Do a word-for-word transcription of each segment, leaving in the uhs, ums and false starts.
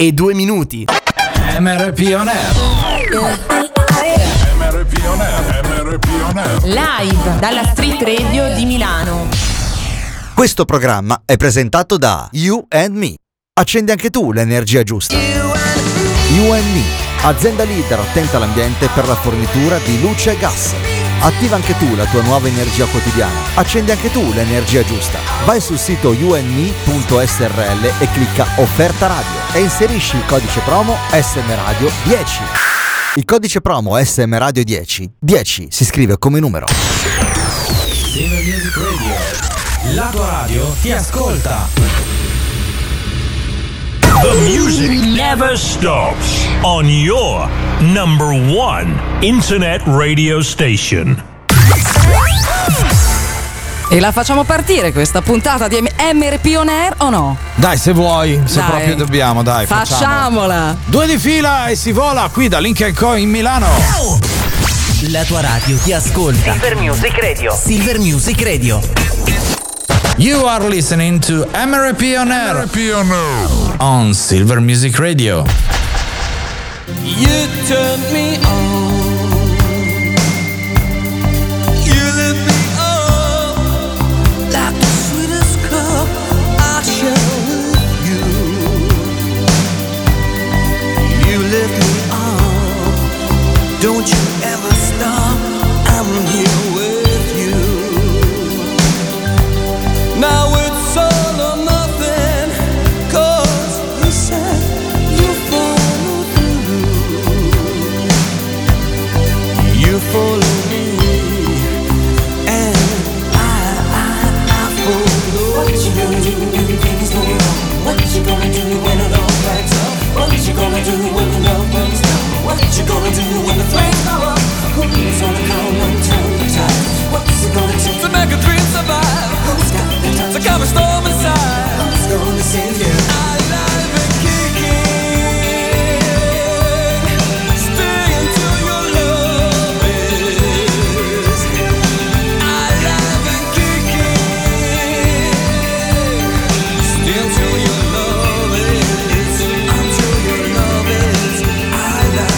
e due minuti. M R P On Air. M R P On Air. M R P On Air. Live dalla Street Radio di Milano. Questo programma è presentato da You and Me. Accendi anche tu l'energia giusta. You and Me, azienda leader attenta all'ambiente per la fornitura di luce e gas. Attiva anche tu la tua nuova energia quotidiana. Accendi anche tu l'energia giusta. Vai sul sito you and me punto s r l e clicca offerta radio e inserisci il codice promo S M Radio dieci. Il codice promo S M Radio dieci. dieci si scrive come numero. Silver Music Radio. La tua radio ti ascolta. The music never stops on your number one internet radio station. E la facciamo partire questa puntata di M R P On Air o no? Dai, se vuoi, se Dai. proprio dobbiamo, dai, facciamola. Facciamola. Due di fila e si vola qui da Link and Co in Milano. La tua radio ti ascolta. Silver Music Radio. Silver Music Radio. You are listening to M R P On Air, M R P On Air on Silver Music Radio. You turned me on. You lit me up like the sweetest cup I share with you. You lift me up. Don't you ever stop. I'm here with you. Now it's all or nothing, 'cause you said you follow through. You follow me, and I, I, I follow. What you gonna do when things go wrong? What you gonna do when it all breaks up? What you gonna do when the love burns down? What you gonna do when the flames go up? Who's gonna come and turn the tide? What's it gonna take to make a dream survive? Who's got the time to calm a storm inside? Who's gonna save you? Alive and kicking. Stay until your love is alive and kicking. Stay until your love is, until your love is alive.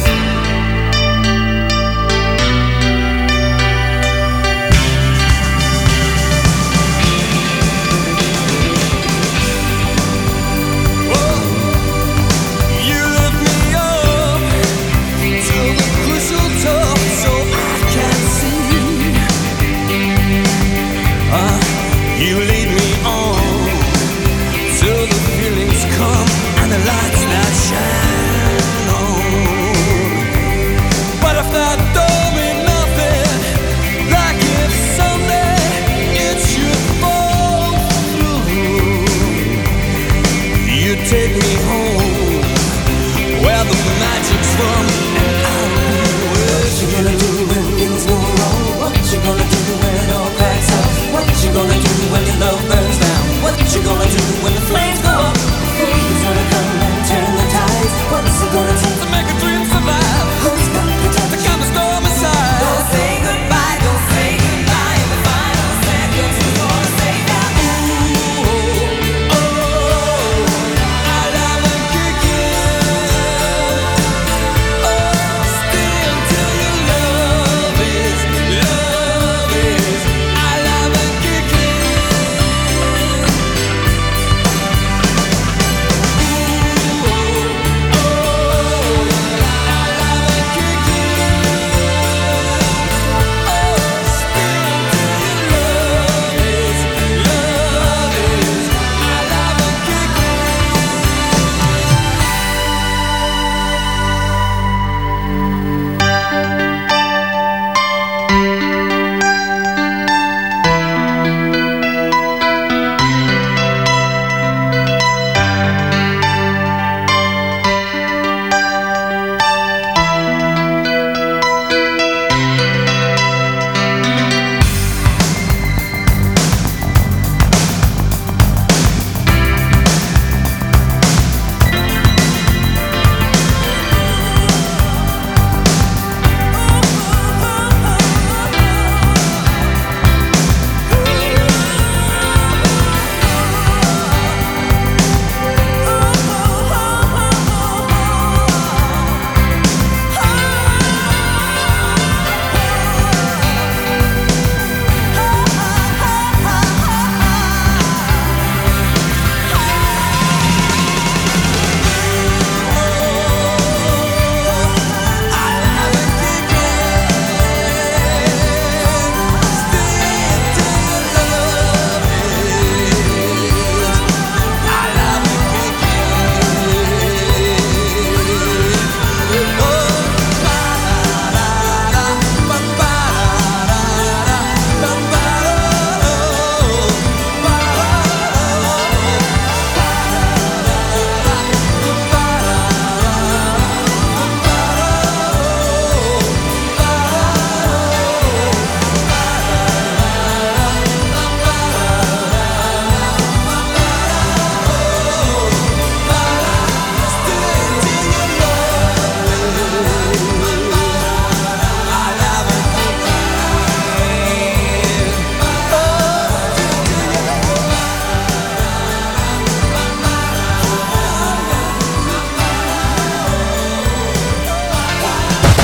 You lead me on till the feelings come and the lights that shine on. But if that don't mean nothing, like if someday it should fall through, you take me home where the magic's from, and I'll be with you. What you gonna do when things go wrong? What you gonna do when it all cracks up? What you gonna do when your love burns down? What you gonna do when the flames go up? Who's gonna come and turn the tides? What's it gonna take to make a dream survive? Who's got the time to calm the storm inside? Don't say goodbye, don't say goodbye. In the final seconds, who's gonna save ya? Ooh, oh, alive and kicking. Oh,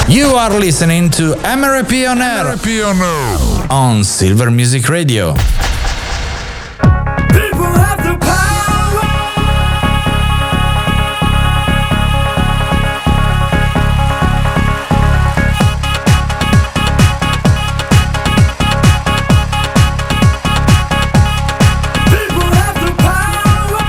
You are listening to M R P On Air on Silver Music Radio. People have the power. People have the power.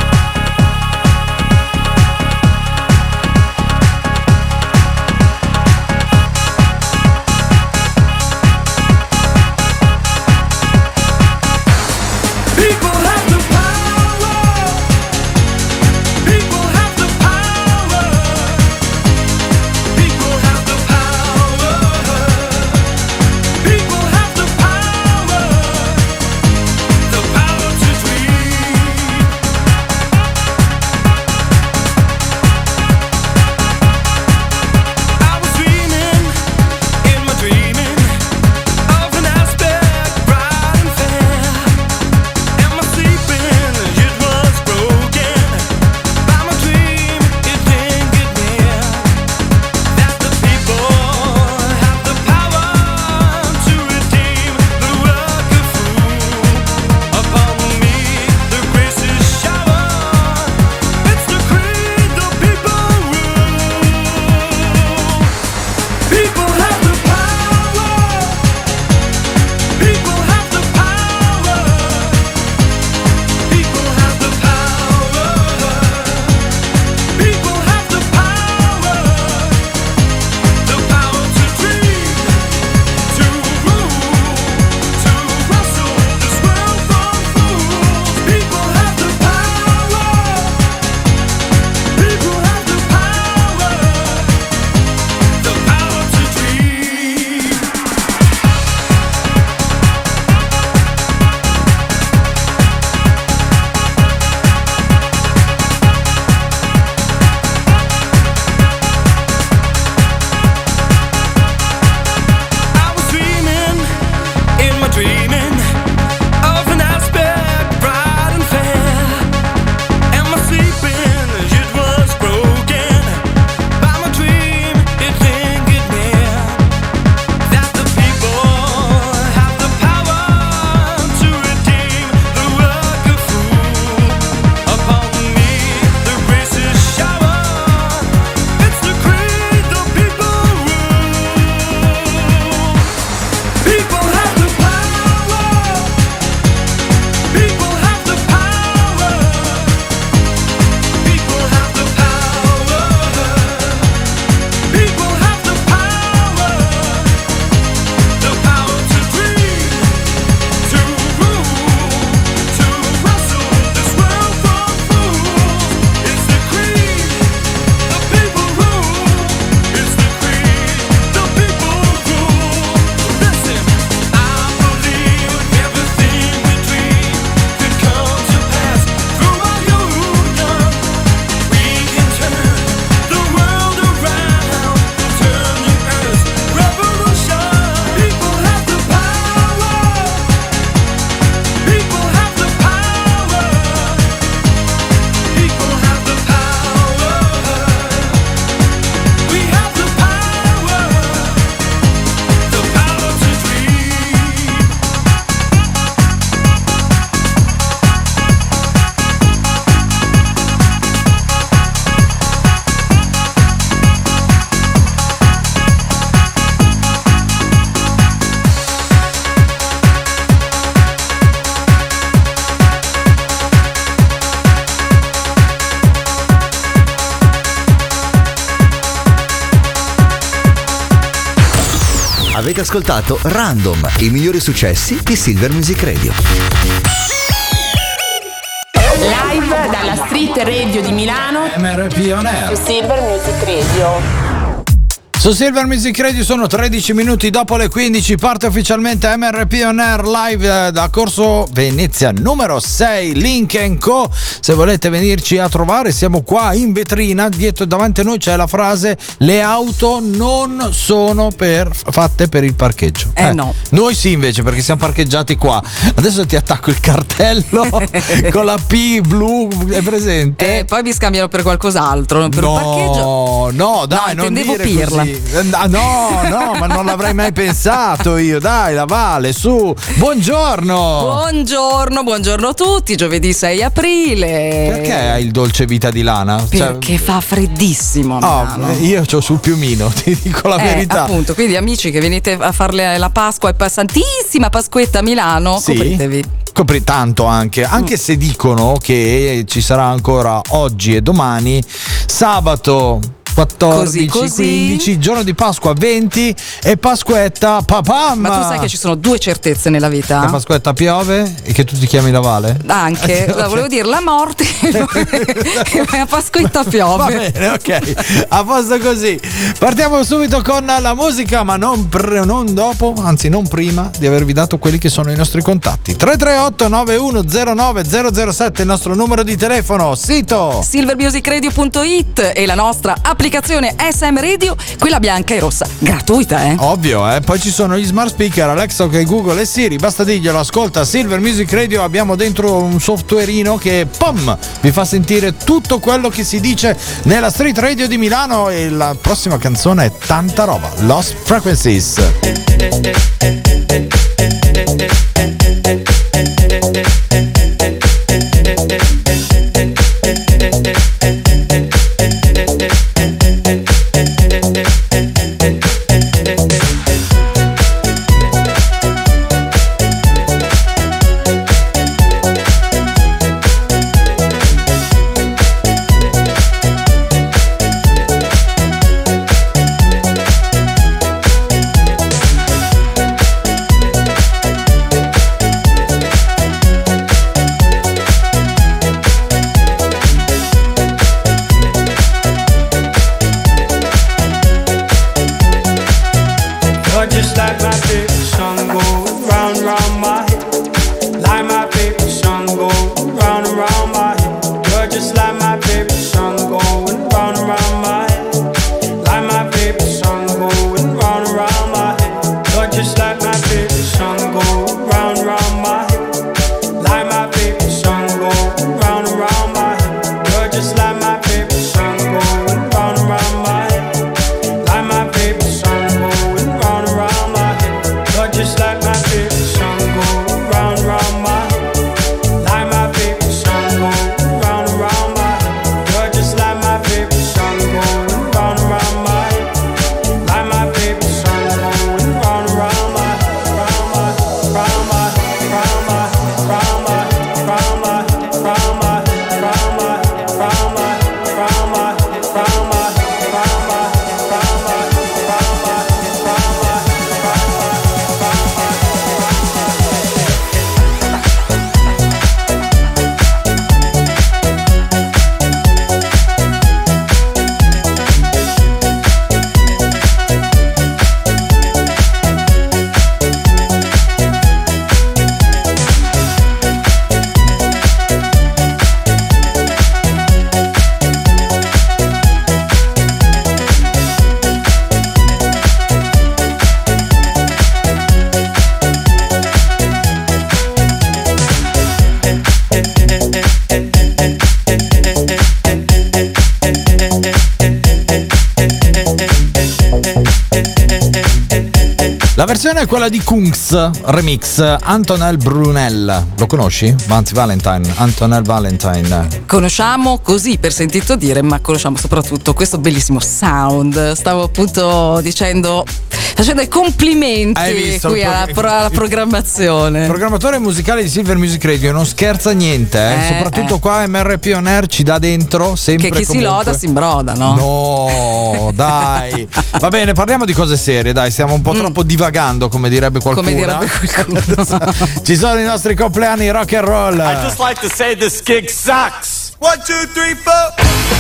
People have the power. People have the power. People have the power. People have the power. The power to dream. I was dreaming, in my dreaming, of an aspect bright and fair. Am I sleeping? It was broken. By my dream, it didn't get near. That the people have the power to redeem the work of fool. Upon me, the grace is showered. It's the creed the people rule. People have the power. People have the power. People have the power. People have the power. The power to dream, to rule, to wrestle this world from fools. People have the power. People have the power. The power to dream. I was dreaming, in my dreaming, of an aspect bright and fair. Am I sleeping? It was broken. By my dream, it didn't get near. That the people have the power to redeem the work of fool. Upon me, the grace is showered. It's the creed the people rule. People have the power. People have the power. People have the power. People have the power. The power to dream, to rule, to wrestle this world from fools. It's the creed the people rule. It's the creed the people rule. Listen, I believe everything we dream could come to pass. Through our union, we can turn the world around, turn the earth revolution. People have the power. People have the power. People have the power. We have the power. The power to dream. Avete ascoltato Random, i migliori successi di Silver Music Radio. Live dalla Street Radio di Milano M R P On Air. su Silver Music Radio. Su Silver Music Radio sono tredici minuti dopo le quindici, parte ufficialmente M R P On Air live da Corso Venezia numero sei, Link and Co. Se volete venirci a trovare, siamo qua in vetrina, dietro davanti a noi c'è la frase: le auto non sono per, fatte per il parcheggio. Eh, eh no. Noi sì, invece, perché siamo parcheggiati qua. Adesso ti attacco il cartello con la P blu, è presente? E poi vi scambiano per qualcos'altro, per no, un parcheggio. No, dai, no, non intendevo dire pirla. così. dai. Ah, no, no, ma non l'avrei mai pensato io. Dai, la Vale, su. Buongiorno. Buongiorno, buongiorno a tutti. Giovedì sei aprile. Perché hai il dolce vita di lana? Perché fa freddissimo. Oh, io c'ho sul piumino, ti dico la eh, verità. Appunto, quindi amici che venite a farle la Pasqua e Santissima Pasquetta a Milano, sì? Copritevi. Copri tanto anche, anche mm. se dicono che ci sarà ancora oggi e domani, sabato quattordici, così, così. quindici, giorno di Pasqua venti e Pasquetta papam. Ma tu sai che ci sono due certezze nella vita? La Pasquetta piove e che tu ti chiami la Vale? Anche, okay. Volevo dire la morte e la Pasquetta piove. Va bene, ok, a posto così. Partiamo subito con la musica, ma non, pre- non dopo, anzi non prima di avervi dato quelli che sono i nostri contatti. tre tre otto nove uno zero nove zero zero sette il nostro numero di telefono, sito silver music radio punto it e la nostra applicazione S M Radio, quella bianca e rossa, gratuita, eh? Ovvio, eh? Poi ci sono gli smart speaker, Alexa, ok, Google e Siri, basta dirglielo, ascolta Silver Music Radio, abbiamo dentro un softwareino che, pom, vi fa sentire tutto quello che si dice nella street radio di Milano e la prossima canzone è tanta roba, Lost Frequencies. La versione è quella di Kungs remix, Antonel Brunel. Lo conosci? Vanzi Valentine, Antonel Valentine. Conosciamo così per sentito dire, ma conosciamo soprattutto questo bellissimo sound. Stavo appunto dicendo, facendo i complimenti qui alla, alla programmazione. Il programmatore musicale di Silver Music Radio non scherza niente, eh? Eh, soprattutto eh. qua M R P On Air ci dà dentro sempre. Che chi comunque. si loda si imbroda, no? No, dai. Va bene, parliamo di cose serie, dai, stiamo un po' mm. troppo divagando, come direbbe qualcuno. Come direbbe qualcuno. Ci sono i nostri compleanni rock and roll. I just like to say this gig sucks. One, two, three, four.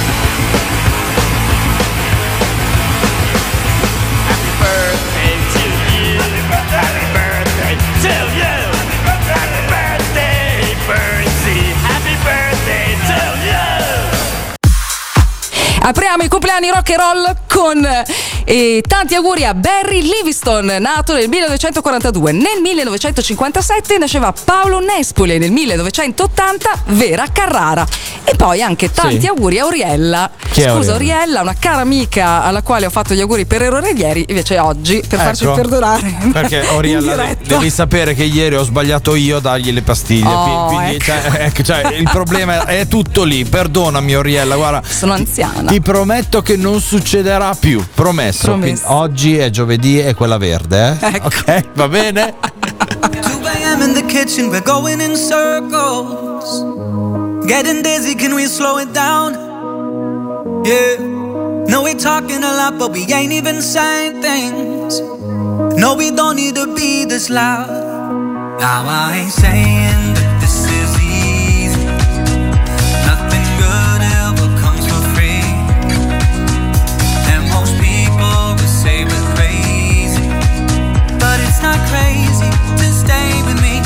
Happy birthday to you. Happy birthday to you. Happy birthday, Birdsey. Happy birthday to you. Apriamo i compleanni rock and roll con eh, tanti auguri a Barry Livingston, nato nel millenovecentoquarantadue. Nel millenovecentocinquantasette nasceva Paolo Nespoli, nel millenovecentottanta Vera Carrara. E poi anche tanti Sì. auguri a Oriella. Chi è Scusa, Oriella? Oriella, una cara amica alla quale ho fatto gli auguri per errore ieri, invece oggi, per farci Ecco. perdonare. Perché Oriella, in de- diretta. devi sapere che ieri ho sbagliato io a dargli le pastiglie. Oh, Quindi, ecco. cioè, ecco, cioè, il problema è tutto lì. Perdonami, Oriella. Guarda, sono anziana. Ti prometto che non succederà più. Promesso. Promesso. Quindi, oggi è giovedì e quella verde, eh? Ecco. Ok, va bene? two a.m. in the kitchen, we're going in circles. Getting dizzy, can we slow it down? Yeah. No, we're talking a lot, but we ain't even saying things. No, we don't need to be this loud. Now I ain't saying that this is easy. Nothing good ever comes for free. And most people will say we're crazy, but it's not crazy to stay with me.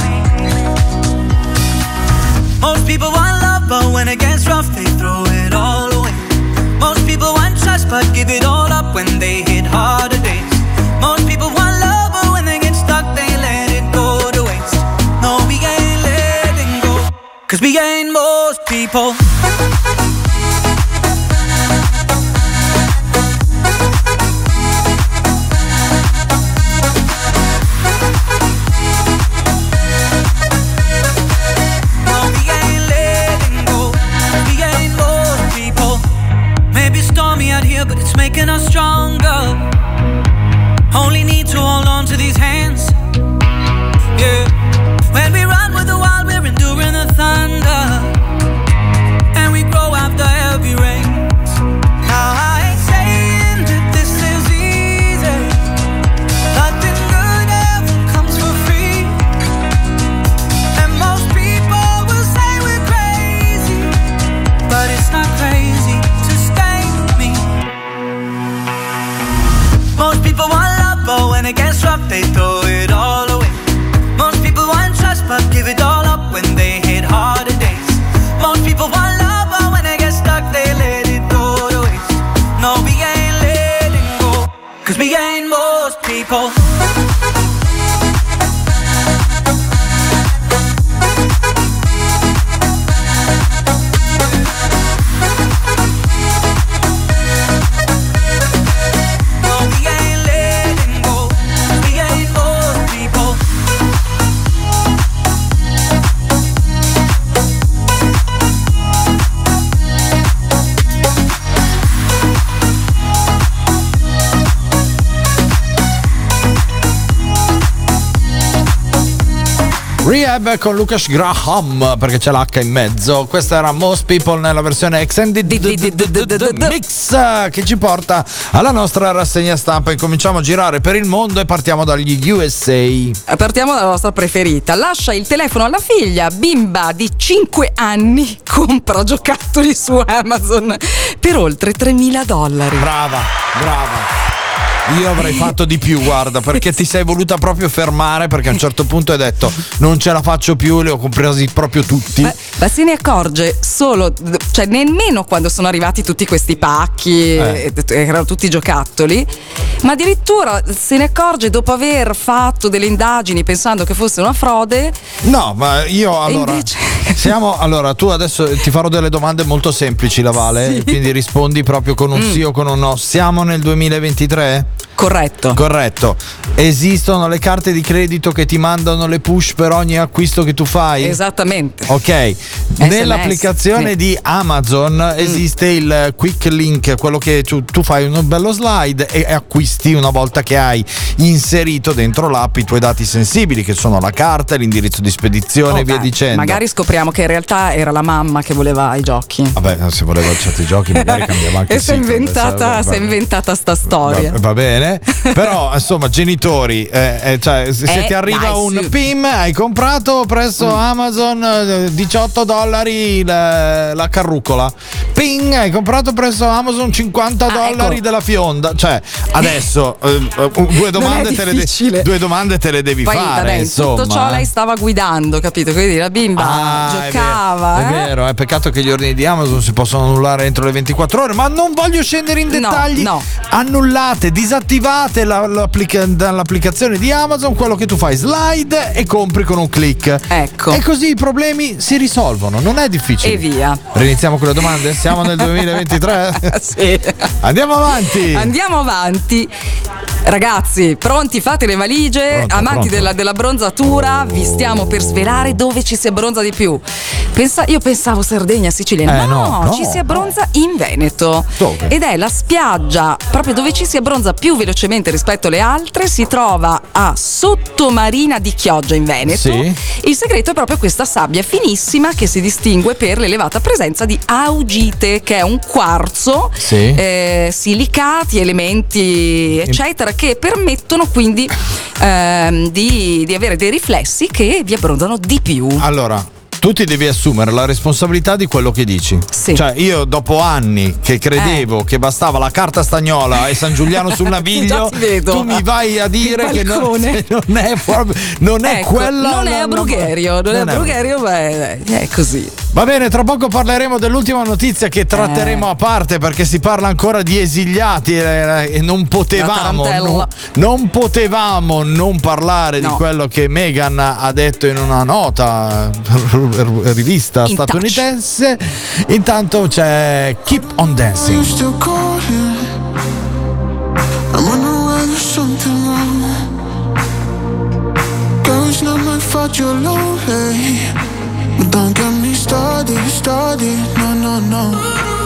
Most people want love, but when it gets rough, they throw it all away. Most people want trust, but give it all up when they hit harder days. Most people want love, but when they get stuck, they let it go to waste. No, we ain't letting go, cause we ain't most people. But it's making us stronger. Only need to hold on to these hands. Yeah. When we run with the wild, we're enduring the thunder. And we grow after heavy rains. Now I ain't saying that this is easy. Nothing good ever comes for free. And most people will say we're crazy, but it's not crazy to stay with me. Most people want love, but when it gets rough, they throw it all away. Most people want trust, but give it all up when they hit harder days. Most people want love, but when they get stuck, they let it go to waste. No, we ain't letting go, cause we ain't most people. Rehab con Lucas Graham, perché c'è l'H in mezzo. Questa era Most People nella versione extended mix, che ci porta alla nostra rassegna stampa. Incominciamo a girare per il mondo e partiamo dagli U S A. Partiamo dalla nostra preferita. Lascia il telefono alla figlia, bimba di cinque anni compra giocattoli su Amazon per oltre tremila dollari. Brava, brava. Io avrei fatto di più, guarda, perché ti sei voluta proprio fermare, perché a un certo punto hai detto non ce la faccio più, li ho compresi proprio tutti. Ma, ma se ne accorge solo, cioè nemmeno quando sono arrivati tutti questi pacchi, Eh. eh. erano tutti giocattoli, ma addirittura se ne accorge dopo aver fatto delle indagini pensando che fosse una frode. No, ma io allora invece... siamo allora tu adesso ti farò delle domande molto semplici, la Vale, Sì. quindi rispondi proprio con un Mm. sì o con un no. Siamo nel duemilaventitré? Corretto. Corretto. Esistono le carte di credito che ti mandano le push per ogni acquisto che tu fai? Esattamente. Ok. Nell'applicazione sì. di Amazon esiste il quick link, quello che tu, tu fai un bello slide e acquisti una volta che hai inserito dentro l'app i tuoi dati sensibili, che sono la carta, l'indirizzo di spedizione e Oh, via dai, dicendo. magari scopriamo che in realtà era la mamma che voleva i giochi. Vabbè, se voleva certi giochi magari cambiava anche E si è sito, inventata, adesso, si è inventata sta storia. Va, va bene. bene, però insomma genitori, eh, eh, cioè se Eh, ti arriva dai, un sì. P I M, hai comprato presso Mm. Amazon eh, diciotto dollari la, la carrucola, ping, hai comprato presso Amazon cinquanta dollari ecco. della fionda, cioè adesso eh, eh, due, domande te le de- difficile. due domande te le devi Poi, fare, vabbè, in insomma. tutto ciò lei stava guidando, capito? Quindi la bimba Ah, giocava. È vero, eh? è vero, è peccato che gli ordini di Amazon si possono annullare entro le ventiquattro ore, ma non voglio scendere in No, dettagli. no. Annullate, disattivate la- l'applica- dall'applicazione di Amazon quello che tu fai, slide e compri con un click. Ecco. E così i problemi si risolvono, non è difficile. E via. Riniziamo con le domande? Siamo nel duemilaventitré? Sì. Andiamo avanti. Andiamo avanti. Ragazzi, pronti? Fate le valigie. Pronto, Amanti pronto. Della, della bronzatura, vi stiamo per svelare dove ci si abbronza di più. Pensa, io pensavo Sardegna, Sicilia. Eh, no, no, no, ci si abbronza in Veneto. Dove? Ed è la spiaggia proprio dove ci si abbronza più velocemente rispetto alle altre. Si trova a Sottomarina di Chioggia in Veneto. Sì. Il segreto è proprio questa sabbia finissima che si distingue per l'elevata presenza di augite, che è un quarzo, Sì. eh, silicati, elementi eccetera, che permettono quindi ehm, di, di avere dei riflessi che vi abbronzano di più. Allora, tu ti devi assumere la responsabilità di quello che dici. Sì. Cioè, io dopo anni che credevo che bastava la carta stagnola e San Giuliano sul Naviglio, Già ti vedo. tu mi vai a dire Il che non, balcone. non è proprio, non è Ecco, quella. non è la- Abrugherio, non, non è è- Abrugherio, ma è, è così. Va bene, tra poco parleremo dell'ultima notizia che tratteremo Eh. a parte, perché si parla ancora di esiliati e, e non potevamo La tarantella. non, non potevamo non parlare di No. quello che Meghan ha detto in una nota rivista In statunitense. Intanto c'è Keep on Dancing. You still calling? I'm wondering whether something wrong. Girl, it's not my fault you're lonely, but don't get me started, started. No, no, no.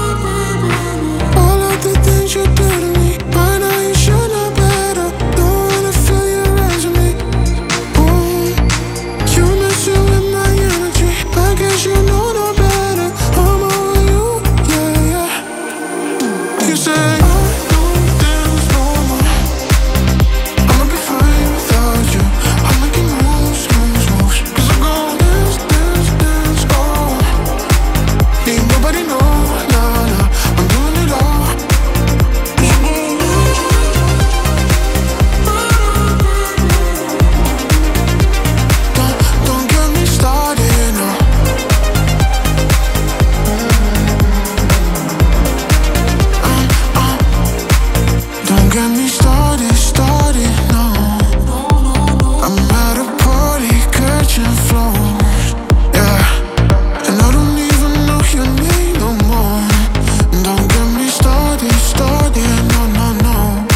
All of the things you do to me, by now you should know better. Don't wanna feel your eyes on me. Ooh, you messing with my energy. I guess you know no better. I'm over you, yeah, yeah. You say I don't dance no more. I'ma be fine without you. I'm making moves, moves, moves. 'Cause I'm gon' dance, dance, dance, oh. Ain't nobody know, nah, nah. I'm doing it all. Don't, don't get me started, no. Don't get me started, started, no. I'm at a party catching flows, yeah. And I don't even know your name no more. Don't get me started, started, no, no, no.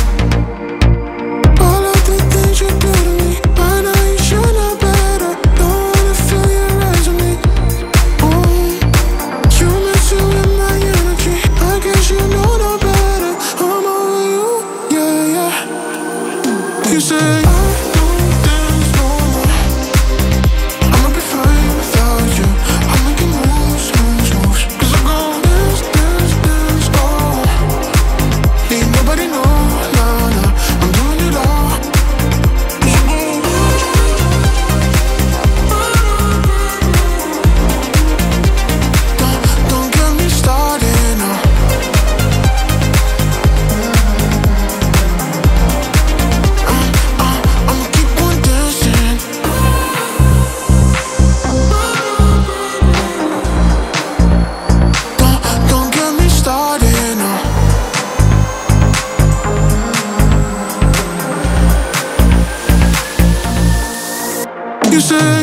All of the things you do to me, by now you should know better. Don't wanna feel your eyes on me. Ooh, you messing with my energy. I guess you know no better. I'm over you, yeah, yeah. You say I don't dance no more. I'ma be fine without you. I'm making moves, moves, moves. 'Cause I'm gon' dance, dance, dance, oh. Ain't nobody know, nah, nah. I'm doing it all. Don't, don't get me started, no. I'ma keep on dancing. Don't, don't get me started, no. You say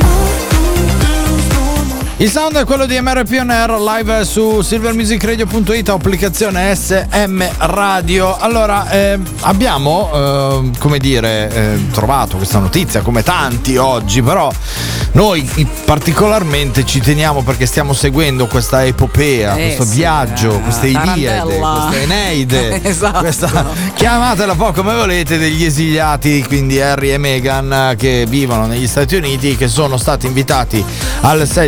Il sound è quello di M R P On Air, live su silver music radio punto it, applicazione S M Radio. Allora, eh, abbiamo, eh, come dire, eh, trovato questa notizia come tanti oggi, però noi particolarmente ci teniamo perché stiamo seguendo questa epopea, Eh, questo sì, viaggio, eh, queste Iliade, tarantella. queste Eneide, Esatto. questa, chiamatela un po' come volete, degli esiliati, quindi Harry e Meghan, che vivono negli Stati Uniti, che sono stati invitati al sei di maggio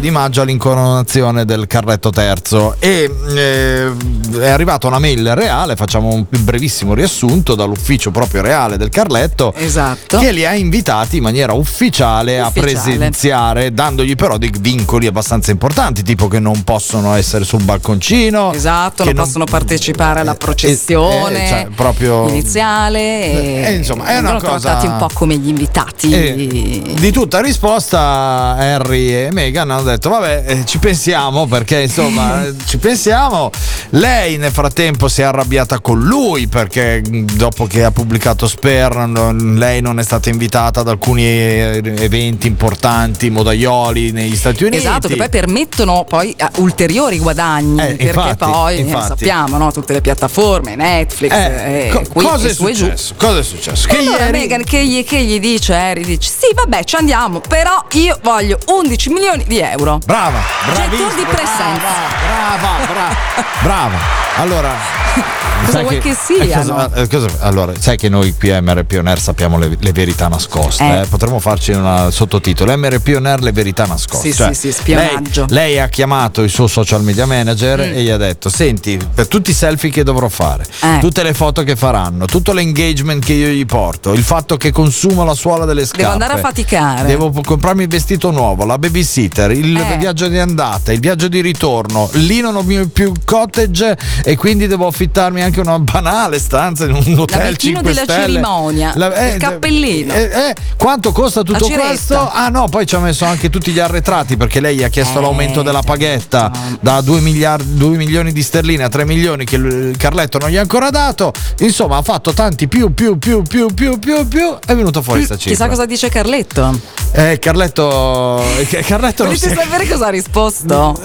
l'incoronazione del Carletto terzo e eh, è arrivata una mail reale, facciamo un brevissimo riassunto dall'ufficio proprio reale del Carletto, esatto, che li ha invitati in maniera ufficiale, ufficiale a presenziare, dandogli però dei vincoli abbastanza importanti, tipo che non possono essere sul balconcino, esatto, non, non possono partecipare alla processione eh, eh, cioè, proprio iniziale e, eh, insomma è una cosa trattati un po' come gli invitati. Eh, di tutta risposta Harry e Meghan hanno detto vabbè eh, ci pensiamo, perché insomma ci pensiamo. Lei nel frattempo si è arrabbiata con lui perché dopo che ha pubblicato Spare non, lei non è stata invitata ad alcuni eventi importanti, modaioli negli Stati Uniti, esatto, che poi permettono poi ulteriori guadagni, eh, perché infatti, poi infatti. Eh, sappiamo, no? Tutte le piattaforme, Netflix, eh, eh, co- qui, cosa, e è su e giù. cosa è successo? Che allora ieri... Meghan che gli, che gli dice Harry, dice sì vabbè ci andiamo, però io voglio undici milioni di euro. Brava, Gettur di presenza. Brava, brava, brava. Allora, cosa vuoi che, che sia? Cosa, no? cosa, allora, sai che noi qui a M R P On Air sappiamo le, le verità nascoste. Eh. Eh? Potremmo farci un sottotitolo: M R P On Air, le verità nascoste. Sì, cioè, sì, sì, spionaggio. Lei, lei ha chiamato il suo social media manager mm. e gli ha detto: senti, per tutti i selfie che dovrò fare, eh. tutte le foto che faranno, tutto l'engagement che io gli porto, il fatto che consumo la suola delle scarpe, devo andare a faticare, devo comprarmi il vestito nuovo, la babysitter, il eh. viaggio di andata, il viaggio di ritorno, lì non ho più cottage e quindi devo affittarmi anche una banale stanza in un hotel cinque della stelle, cerimonia, la, eh, il cappellino, eh, eh, quanto costa tutto questo? Ah no, poi ci ha messo anche tutti gli arretrati, perché lei gli ha chiesto eh, l'aumento della paghetta no. da due miliardi, due milioni di sterline a tre milioni che il Carletto non gli ha ancora dato. Insomma, ha fatto tanti più più più più più più più è venuto fuori sta cifra. Chissà cosa dice Carletto. Eh, Carletto Carletto volete non sapere cosa ha risposto?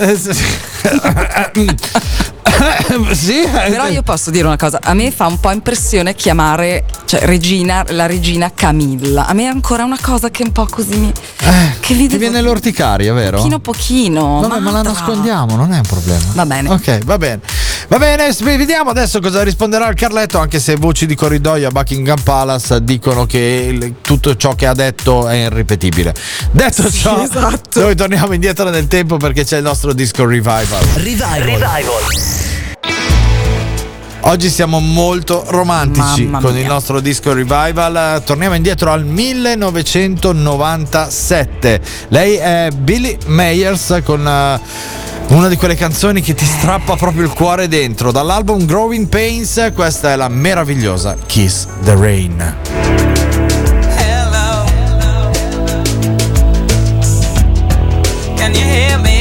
Sì, però io posso dire una cosa, a me fa un po' impressione chiamare, cioè regina, la regina Camilla. A me è ancora una cosa che un po' così mi eh, che ti viene l'orticaria, vero? Pochino pochino. Vabbè, ma la nascondiamo, non è un problema. Va bene. Ok, va bene. Va bene, vediamo adesso cosa risponderà il Carletto, anche se voci di corridoio a Buckingham Palace dicono che il, tutto ciò che ha detto è irripetibile. Detto sì, ciò, esatto. noi torniamo indietro nel tempo perché c'è il nostro disco revival. Revival. Revival. Oggi siamo molto romantici Mamma con mia. il nostro disco revival. Torniamo indietro al millenovecentonovantasette. Lei è Billie Myers con uh, una di quelle canzoni che ti strappa proprio il cuore dentro. Dall'album Growing Pains, questa è la meravigliosa Kiss the Rain. Hello. Can you hear me?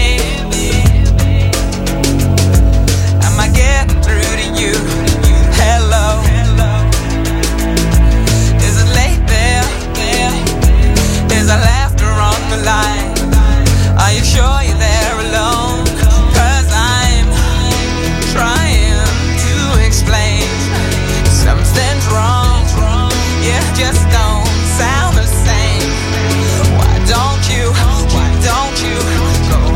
Are you sure you're there alone? 'Cause I'm trying to explain something's wrong. You just don't sound the same. Why don't you, why don't you go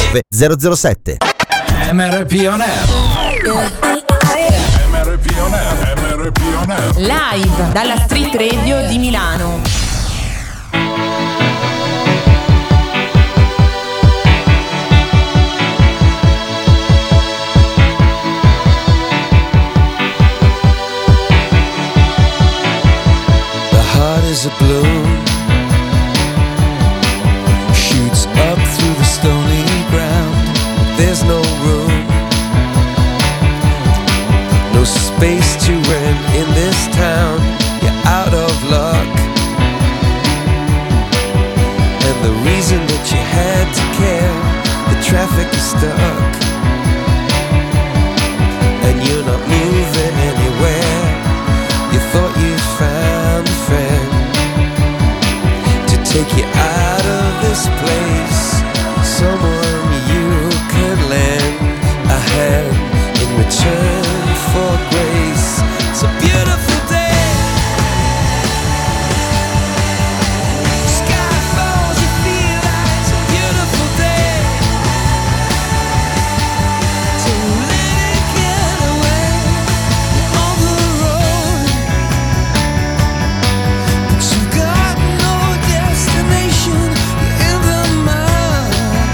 nove zero zero sette. M R P On Air. M R P On Air, M R P On Air. Live dalla Street Radio di Milano. The heart is a balloon, shoots up through the stony ground. There's no room, no space to rent in this town. You're out of luck, and the reason that you had to care, the traffic is stuck, and you're not moving anywhere. You thought you found a friend to take you out of this place, someone you could lend a hand in return for grace. It's a beautiful day. Sky falls, you feel like it's a beautiful day. So let it get away on the road, but you've got no destination. You're in the mud,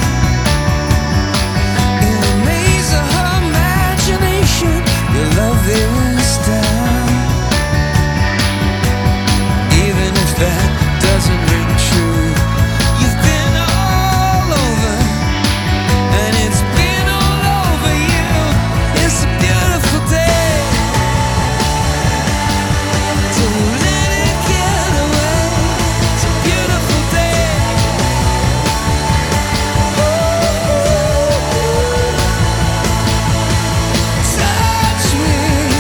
in the maze of her imagination. Your love is down, even if that doesn't ring true. You've been all over, and it's been all over you. It's a beautiful day. So let it get away. It's a beautiful day. Touch me,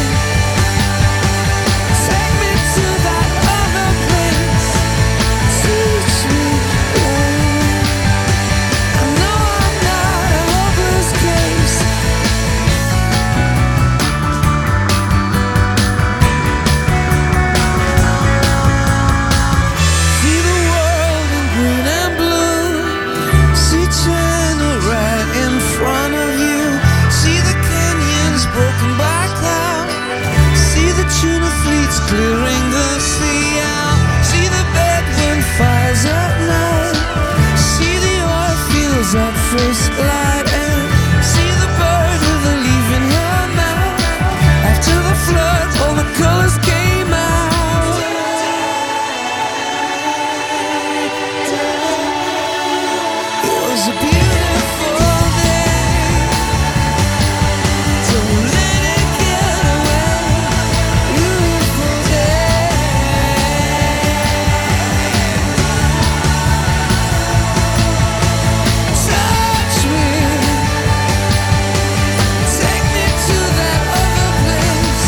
take me to that other place. Teach me, I know I'm not a hopeless case. See the world in green and blue. See China right in front of you. See the canyons broken by cloud. See the tuna fleets clearing the sea out. See the bedroom fires at night. See the oil fields at first light. And see the bird with a leaf in her mouth. After the flood, all the colors came out. It was a beautiful day. Don't let it get away. Beautiful day. Touch me, take me to that other place.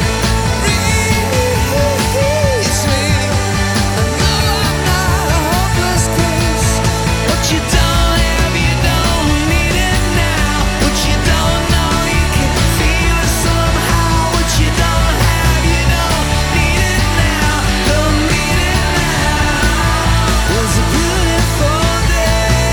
Release me. I know I'm not a hopeless case. What you don't have, you don't need it now. What you don't know, you can feel it somehow. What you don't have, you don't need it now. Don't need it now. It was a beautiful day.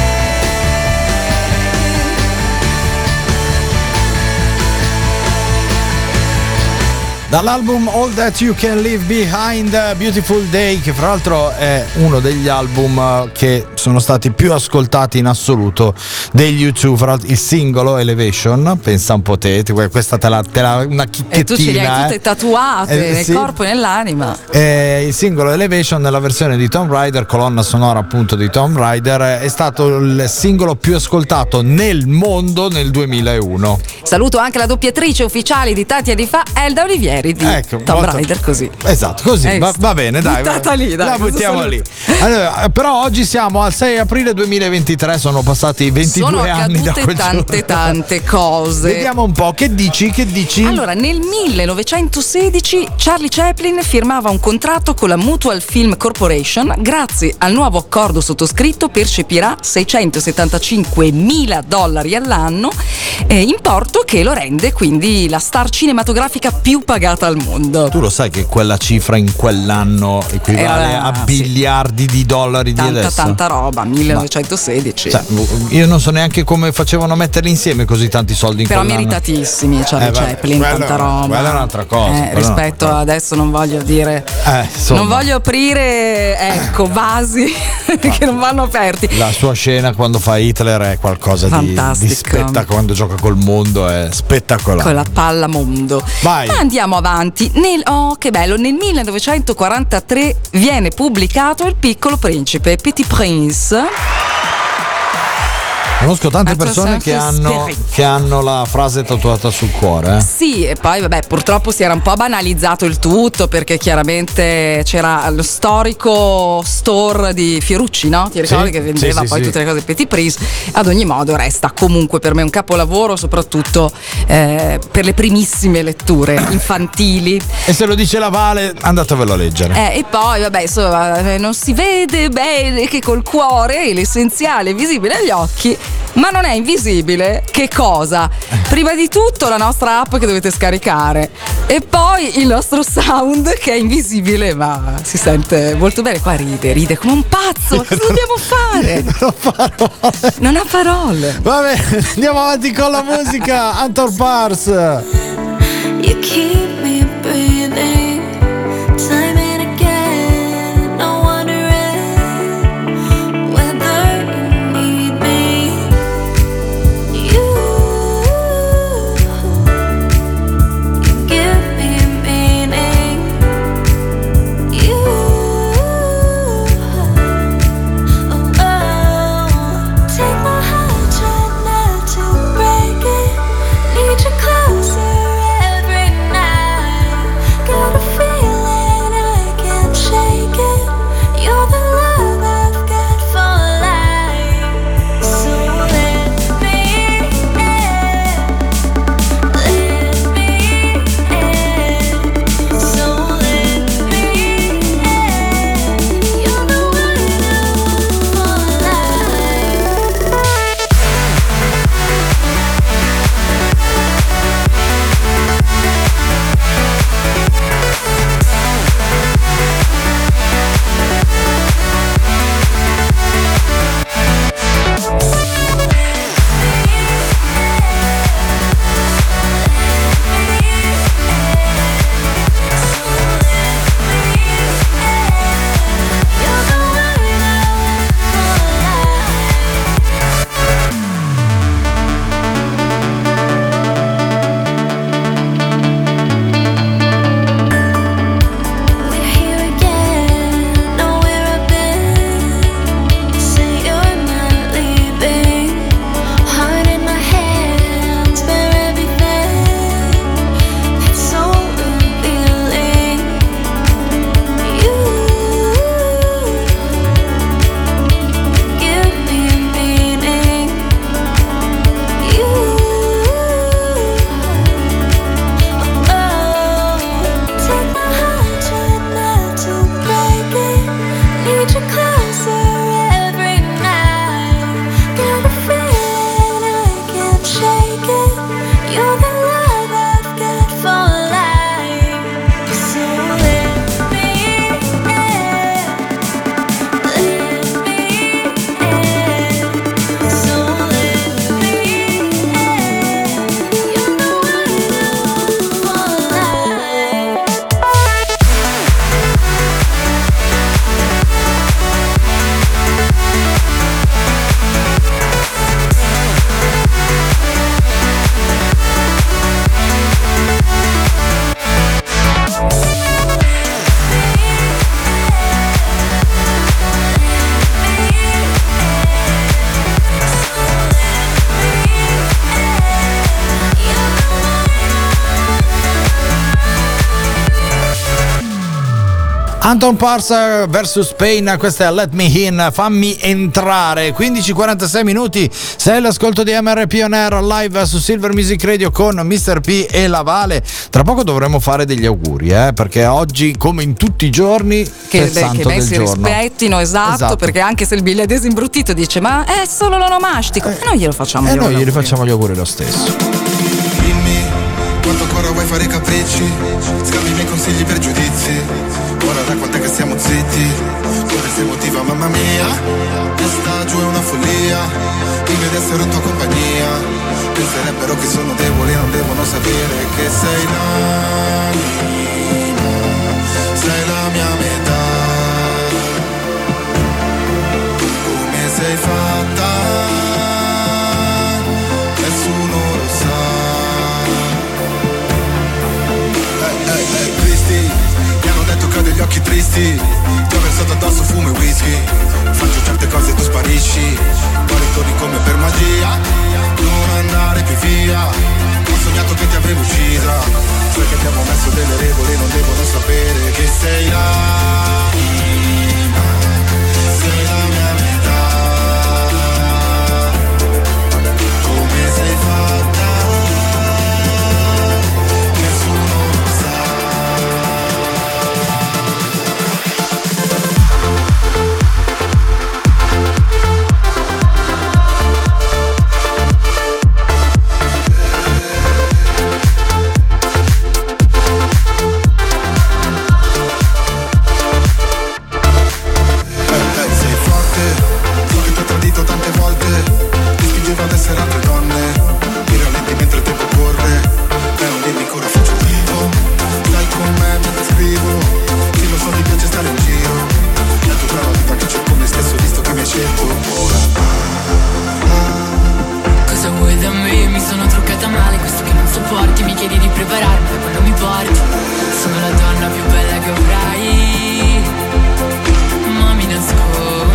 Dall'album All That You Can Leave Behind, Beautiful Day, che fra l'altro è uno degli album che sono stati più ascoltati in assoluto degli U due, fra l'altro il singolo Elevation, pensa un po' te, questa te la, te la una chichettina. E tu ce le hai tutte eh. tatuate Eh, nel sì. corpo e nell'anima. Eh, il singolo Elevation nella versione di Tomb Raider, colonna sonora appunto di Tomb Raider, è stato il singolo più ascoltato nel mondo nel duemilauno. Saluto anche la doppiatrice ufficiale di tanti anni fa, Elda Olivieri di Ecco, Tomb molto- Raider, così. Esatto, così Eh, va, va bene, dai. buttata lì, dai, la questo buttiamo saluto. lì. Allora, però oggi siamo al sei aprile duemilaventitré, sono passati ventidue Sono anni da accadute quel tante giorno. tante cose. Vediamo un po', che dici, che dici? Allora, nel millenovecentosedici Charlie Chaplin firmava un contratto con la Mutual Film Corporation. Grazie al nuovo accordo sottoscritto percepirà seicentosettantacinquemila dollari all'anno, eh, importo che lo rende quindi la star cinematografica più pagata al mondo. Tu lo sai che quella cifra in quell'anno equivale Era- a biliardi di dollari tanta, di adesso. Tanta roba, millenovecentosedici. Cioè, io non so neanche come facevano a metterli insieme così tanti soldi in Però quell'anno. meritatissimi, Charlie Eh, Chaplin, quello- tanta roba. quella è un'altra cosa, Eh, quella è rispetto un'altra a adesso non voglio dire. Eh, insomma. Non voglio aprire, ecco, vasi che non vanno aperti. La sua scena quando fa Hitler è qualcosa di, di Fantastico. spettacolare, quando gioca col mondo è spettacolare. Con la palla mondo. Vai. Ma andiamo avanti. Nel, oh, che bello! Nel millenovecentoquarantatré viene pubblicato Il Piccolo Principe, Petit Prince. Conosco tante Altro persone che sempre hanno, speri. che hanno la frase tatuata sul cuore. Eh. Sì, e poi vabbè, purtroppo si era un po' banalizzato il tutto perché chiaramente c'era lo storico store di Fiorucci, no? Ti ricordi Sì, che vendeva sì, sì, poi sì. tutte le cose Petit Prince? Ad ogni modo resta comunque per me un capolavoro, soprattutto eh, per le primissime letture infantili. E se lo dice la Vale, andatevelo a leggere. Eh, e poi, vabbè, insomma, eh, non si vede bene che col cuore è l'essenziale è visibile agli occhi, ma non è invisibile che cosa? Prima di tutto la nostra app che dovete scaricare e poi il nostro sound che è invisibile ma si sente molto bene. Qua ride, ride come un pazzo. Cosa dobbiamo fare? Non ha parole. Va bene, andiamo avanti con la musica. Anton Pars. You keep me breathing, time and again. No wondering whether you need me. You, you give me meaning. You, oh, oh. Take my heart, try not to break it. Need you closer. Anton Pars versus Pain, questa è Let Me In, fammi entrare. quindici e quarantasei minuti, sei all'ascolto di M R P On Air live su Silver Music Radio con mister P e la Vale. Tra poco dovremo fare degli auguri, eh, perché oggi, come in tutti i giorni, che, c'è il beh, santo che ben del si giorno. rispettino, esatto, Esatto. perché anche se il biglietto è imbruttito dice ma è solo l'onomastico, e noi glielo facciamo. E glielo noi gli auguri. rifacciamo gli auguri lo stesso. Dimmi quanto ancora vuoi fare capricci, scambi i miei consigli per giudizi. Ora da quant'è che siamo zitti, tu resti emotiva ma mamma mia, questa giù è una follia, dimmi di essere in tua compagnia. Penserebbero che sono debole, non devono sapere che sei l'anima, sei la mia metà. Come sei fatta, nessuno lo sa. Ehi, ehi, ehi, Cristi, mi hanno detto che ho degli occhi tristi, ti ho versato addosso fumo e whisky, faccio certe cose e tu sparisci, poi ritorni come per magia. Non andare più via, ho sognato che ti avevo uccisa, sai che abbiamo messo delle regole, non devono sapere che sei l'anima, sei la mia metà. Come sei fatta, nessuno lo sa. Ad essere altre donne, mi rallenti mentre il tempo corre, e non dirmi cosa faccio vivo, stai con me mentre scrivo, sì lo so ti piace stare in giro, è tutta la vita che cerco me stesso visto che mi hai scelto ora. Cosa vuoi da me? Mi sono truccata male, questo che non sopporti, mi chiedi di prepararmi da quando mi porti, sono la donna più bella che avrai, ma mi nascondo,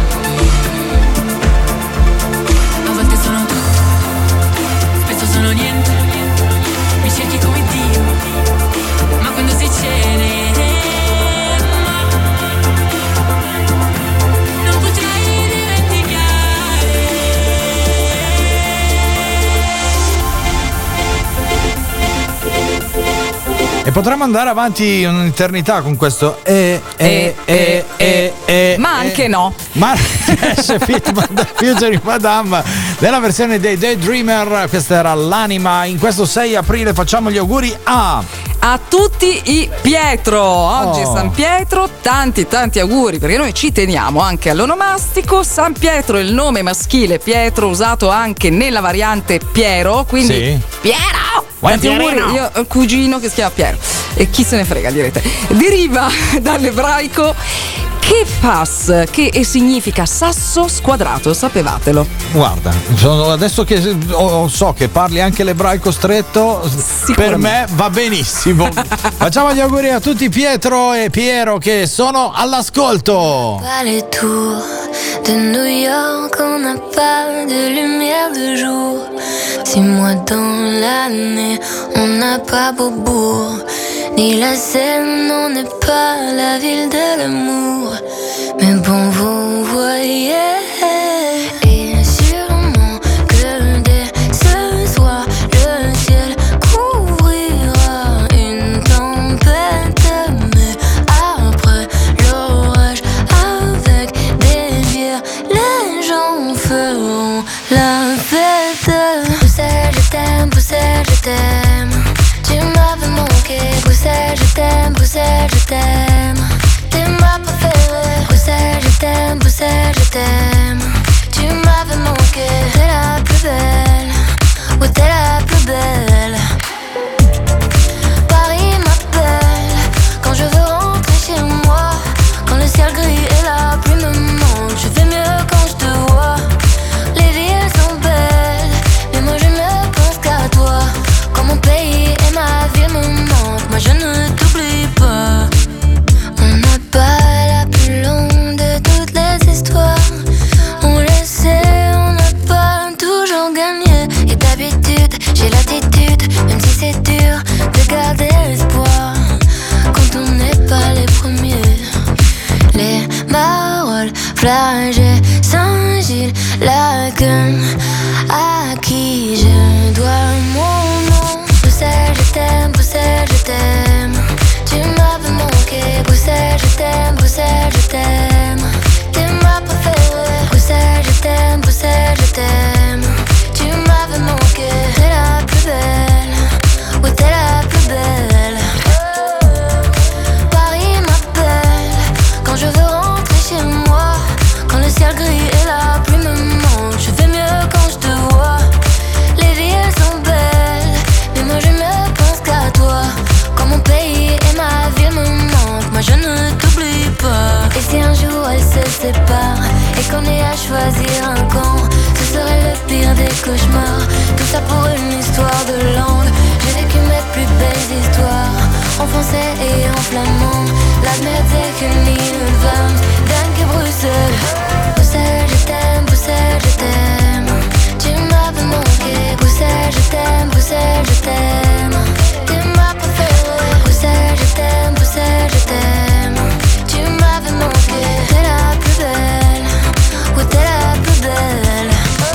a volte sono tu, sono niente, mi cerchi come Dio, ma quando sei cene non potrai dimenticare. E potremmo andare avanti un'eternità con questo e e e e e ma anche e. no. Ma esce Future Madame nella versione dei Daydreamer. Questa era l'anima. In questo sei aprile facciamo gli auguri a a tutti i Pietro. Oggi Oh. è San Pietro, tanti tanti auguri, perché noi ci teniamo anche all'onomastico. San Pietro è il nome maschile Pietro, usato anche nella variante Piero, quindi Sì. Piero! Buon Tanti auguri. Pierino. Io ho un cugino che si chiama Piero. E chi se ne frega, direte. Deriva dall'ebraico Kephas, che significa sasso squadrato, sapevatelo. Guarda, sono- adesso che oh, so che parli anche l'ebraico stretto, per me va benissimo. Facciamo gli auguri a tutti Pietro e Piero che sono all'ascolto. Pas les tours de New York, on n'a pas de lumière de jour. Six mois dans l'année, on n'a pas Beaubourg. Ni la Seine, on n'est pas la ville de l'amour. Mais bon, vous voyez. Et sûrement que dès ce soir, le ciel couvrira une tempête. Mais après l'orage, avec des bières, les gens feront la fête. Bruxelles, je t'aime, Bruxelles, je t'aime. Tu m'avais manqué, Bruxelles, je t'aime, Bruxelles, je t'aime. T'es ma préférée, Bruxelles, je t'aime, Bruxelles, je t'aime. Tu m'avais manqué, t'es la plus belle, oui t'es la plus belle. Paris m'appelle, quand je veux rentrer chez moi. Quand le ciel gris et la pluie me manquent, je vais mieux quand je te vois. Les villes sont belles, mais moi je ne pense qu'à toi. Quand mon pays et ma ville me manquent, moi je ne t'oublie pas. On n'a pas la plus longue de toutes les histoires. On le sait, on n'a pas toujours gagné. Et d'habitude, j'ai l'attitude, même si c'est dur, de garder l'espoir. Quand on n'est pas les premiers. Les Marolles, Flagey, Saint-Gilles, Laken, à qui je dois mon nom. Bruxelles, je t'aime, Bruxelles, je t'aime. Tu m'avais manqué, Bruxelles, je t'aime, Bruxelles, je t'aime. T'es ma préférée, Bruxelles, je t'aime, Bruxelles, je t'aime. Tu m'avais manqué, t'es la plus belle, oui t'es la plus belle. Paris m'appelle, quand je veux rentrer chez moi. Quand le part et qu'on ait à choisir un camp, ce serait le pire des cauchemars. Tout ça pour une histoire de langue. J'ai vécu mes plus belles histoires en français et en flamand. Laat me tegen niet warm, dank je Bruxelles. Bruxelles, je t'aime, Bruxelles, je t'aime. Tu m'avais manqué, Bruxelles, je t'aime, Bruxelles, je t'aime. Tu m'as préféré, Bruxelles, je t'aime, Bruxelles, je t'aime. Tu m'avais manqué, t'es la plus belle, oui t'es la plus belle.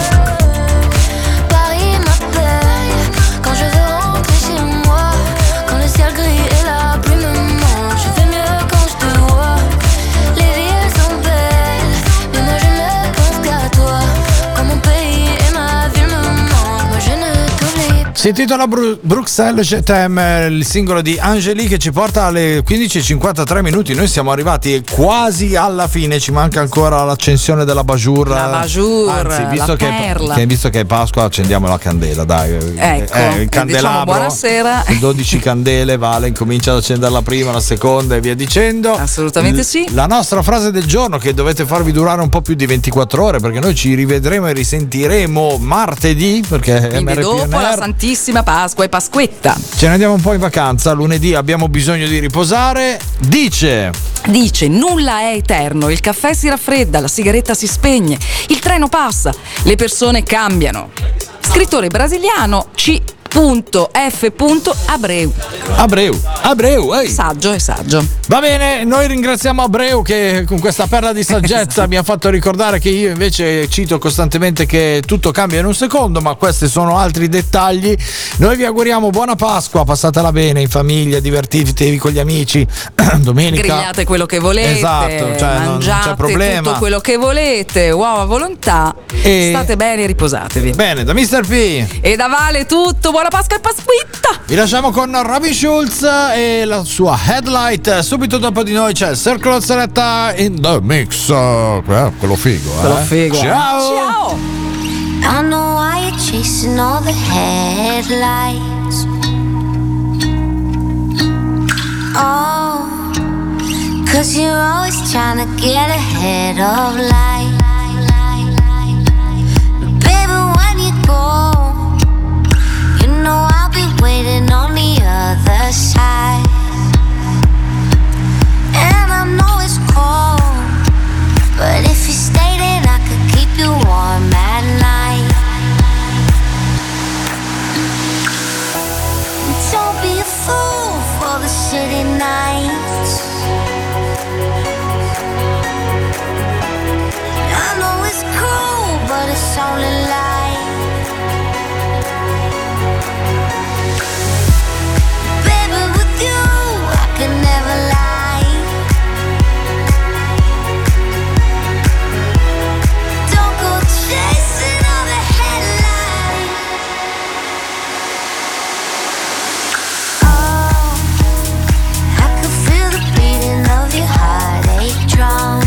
Paris m'appelle quand je veux rentrer chez moi, quand le ciel gris et la pluie me manquent. Je fais mieux quand je te vois. Les villes sont belles, mais moi je ne pense qu'à toi. Quand mon pays et ma ville me manquent, moi je ne t'oublie pas. Si intitola Bru- Bruxelles Je t'aime, il singolo di Angélique che ci porta alle quindici e cinquantatré minuti. Noi siamo arrivati quasi alla fine, ci manca ancora l'accensione della Bajour. La Bajour, Anzi, visto la che, perla. che visto che è Pasqua, accendiamo la candela, dai. Ecco, eh, il diciamo candelabro. buonasera. dodici candele, Vale, incomincia ad accendere la prima, la seconda e via dicendo. Assolutamente L- sì. La nostra frase del giorno, che dovete farvi durare un po' più di ventiquattro ore, perché noi ci rivedremo e risentiremo martedì, perché Quindi M R P dopo on la air. Santissima Pasqua e Pasquetta. Ce ne andiamo un po' in vacanza, lunedì abbiamo bisogno di riposare. Dice Dice: nulla è eterno, il caffè si raffredda, la sigaretta si spegne, il treno passa, le persone cambiano. Scrittore brasiliano C. F. Abreu. Abreu, Abreu, ehi. Saggio e saggio. Va bene, noi ringraziamo Abreu che con questa perla di saggezza mi ha fatto ricordare che io invece cito costantemente che tutto cambia in un secondo, ma questi sono altri dettagli. Noi vi auguriamo buona Pasqua, passatela bene in famiglia, divertitevi con gli amici. Domenica Grigliate quello che volete, esatto, cioè non mangiate c'è problema. tutto quello che volete, uova a volontà, E- state bene e riposatevi. Bene, da mister P E da Vale tutto, buona Pasqua e Pasquitta! vi lasciamo con Robin Schulz e la sua Headlight. Subito dopo di noi c'è Circle Seletta in the Mix. Eh, quello figo, eh. Quello figo. Ciao. Ciao! I know why you're chasing all the headlights. Oh, cause you're always trying to get ahead of life. Baby, when you go, you know I'll be waiting on the other side. And I know it's cold, but if you stay then I could keep you warm at night. Don't be a fool for the city nights. I know it's cool, but it's only light. Baby, with you I can never lie. Don't go chasing all the headlights. Oh, I could feel the beating of your heartache drum.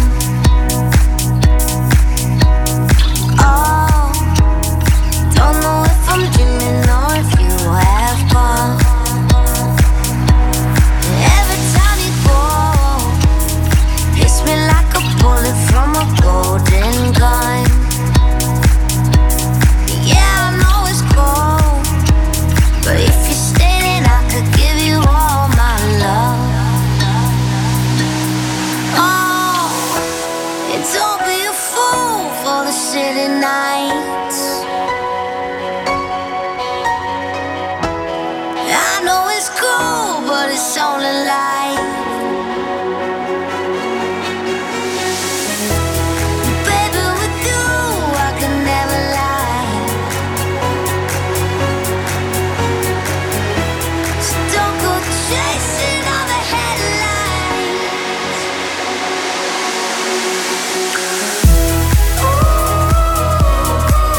Oh, don't know if I'm dreaming or if you have gone. Every time you go, hits me like a bullet from a golden gun. Yeah, I know it's cold, but if you stay then I could give you all my love. Oh, and don't be a fool for the city nights. I know it's cool, but it's only light. Baby, with you I can never lie. So don't go chasing all the headlights. Ooh.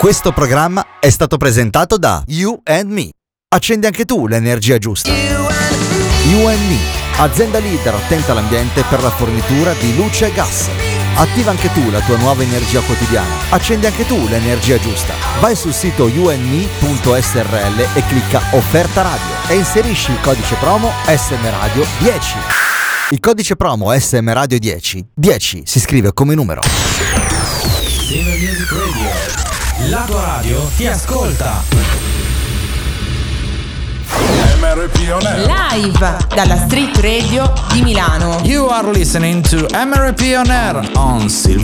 Questo programma è stato presentato da You and Me. Accendi anche tu l'energia giusta. You and Me, azienda leader attenta all'ambiente per la fornitura di luce e gas. Attiva anche tu la tua nuova energia quotidiana. Accendi anche tu l'energia giusta. Vai sul sito u n m punto s r l e clicca offerta radio e inserisci il codice promo S M Radio dieci. Il codice promo S M Radio dieci, dieci si scrive come numero. Silver Music Radio, la tua radio ti ascolta. M R P On Air. Live dalla Street Radio di Milano. You are listening to M R P On Air on Silver